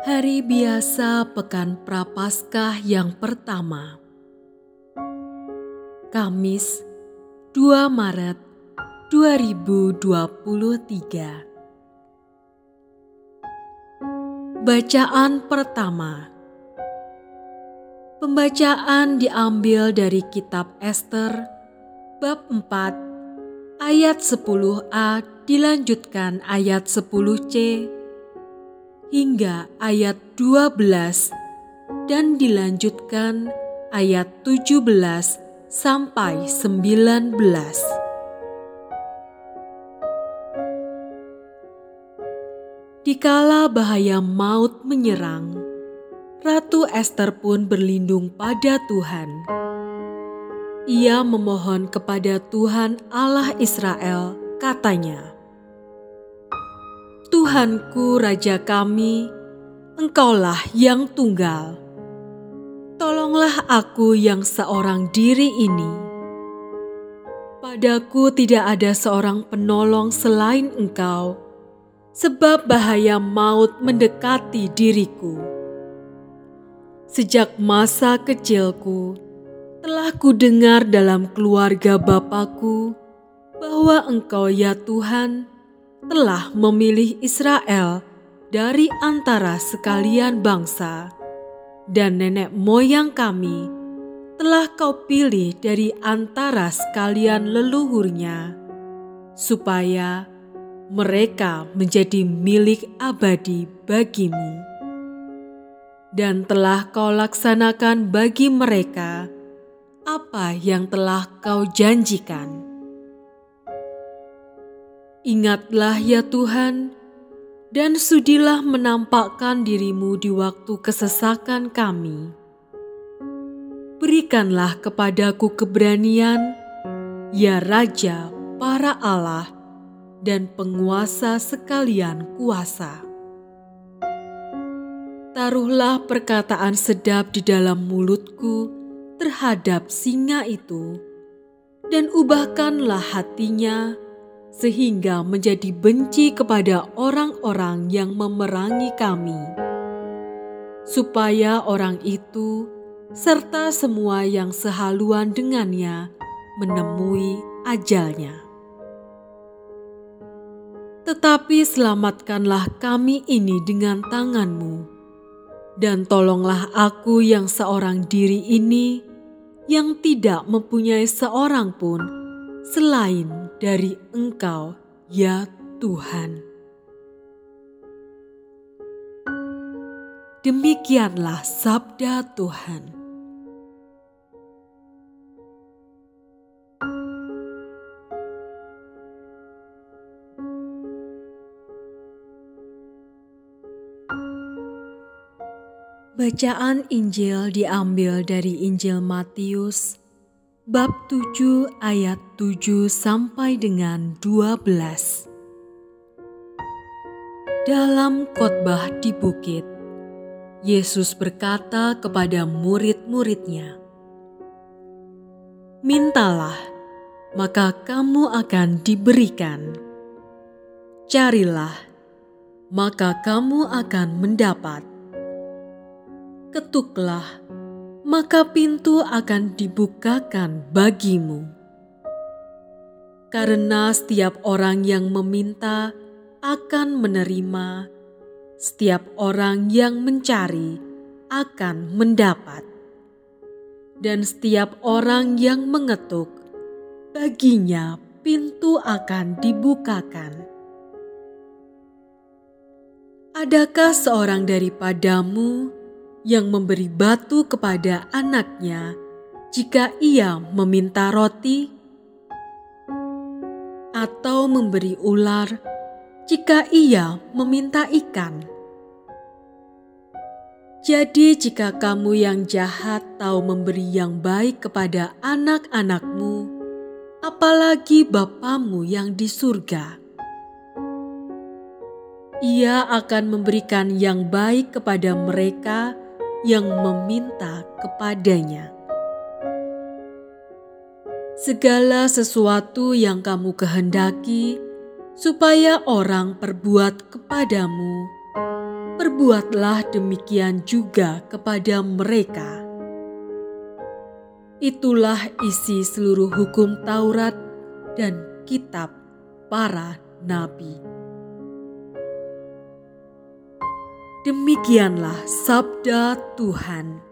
Hari biasa Pekan Prapaskah yang pertama. Kamis, 2 Maret 2023. Bacaan pertama. Pembacaan diambil dari kitab Ester bab 4 ayat 10a dilanjutkan ayat 10c hingga ayat 12 dan dilanjutkan ayat 17 sampai 19. Dikala bahaya maut menyerang, Ratu Ester pun berlindung pada Tuhan. Ia memohon kepada Tuhan Allah Israel, katanya, "Tuhanku, Raja kami, Engkaulah yang tunggal. Tolonglah aku yang seorang diri ini. Padaku tidak ada seorang penolong selain Engkau, sebab bahaya maut mendekati diriku. Sejak masa kecilku, telah kudengar dalam keluarga Bapakku bahwa Engkau, ya Tuhan, telah memilih Israel dari antara sekalian bangsa, dan nenek moyang kami telah Kau pilih dari antara sekalian leluhurnya, supaya mereka menjadi milik abadi bagimu. Dan telah Kau laksanakan bagi mereka apa yang telah Kau janjikan. Ingatlah ya Tuhan, dan sudilah menampakkan diri-Mu di waktu kesesakan kami. Berikanlah kepadaku keberanian, ya Raja para Allah dan penguasa sekalian kuasa. Taruhlah perkataan sedap di dalam mulutku terhadap singa itu, dan ubahkanlah hatinya sehingga menjadi benci kepada orang-orang yang memerangi kami, supaya orang itu serta semua yang sehaluan dengannya menemui ajalnya. Tetapi selamatkanlah kami ini dengan tangan-Mu, dan tolonglah aku yang seorang diri ini, yang tidak mempunyai seorang pun selain dari Engkau, ya Tuhan." Demikianlah sabda Tuhan. Bacaan Injil diambil dari Injil Matius bab 7 ayat 7 sampai dengan 12. Dalam khotbah di bukit, Yesus berkata kepada murid-murid-Nya, "Mintalah, maka kamu akan diberikan. Carilah, maka kamu akan mendapat. Ketuklah, maka pintu akan dibukakan bagimu. Karena setiap orang yang meminta akan menerima, setiap orang yang mencari akan mendapat, dan setiap orang yang mengetuk, baginya pintu akan dibukakan. Adakah seorang daripadamu yang memberi batu kepada anaknya jika ia meminta roti? Atau memberi ular jika ia meminta ikan? Jadi jika kamu yang jahat tahu memberi yang baik kepada anak-anakmu, apalagi Bapamu yang di surga, Ia akan memberikan yang baik kepada mereka yang meminta kepadanya. Segala sesuatu yang kamu kehendaki supaya orang perbuat kepadamu, perbuatlah demikian juga kepada mereka. Itulah isi seluruh hukum Taurat dan kitab para nabi. Demikianlah sabda Tuhan.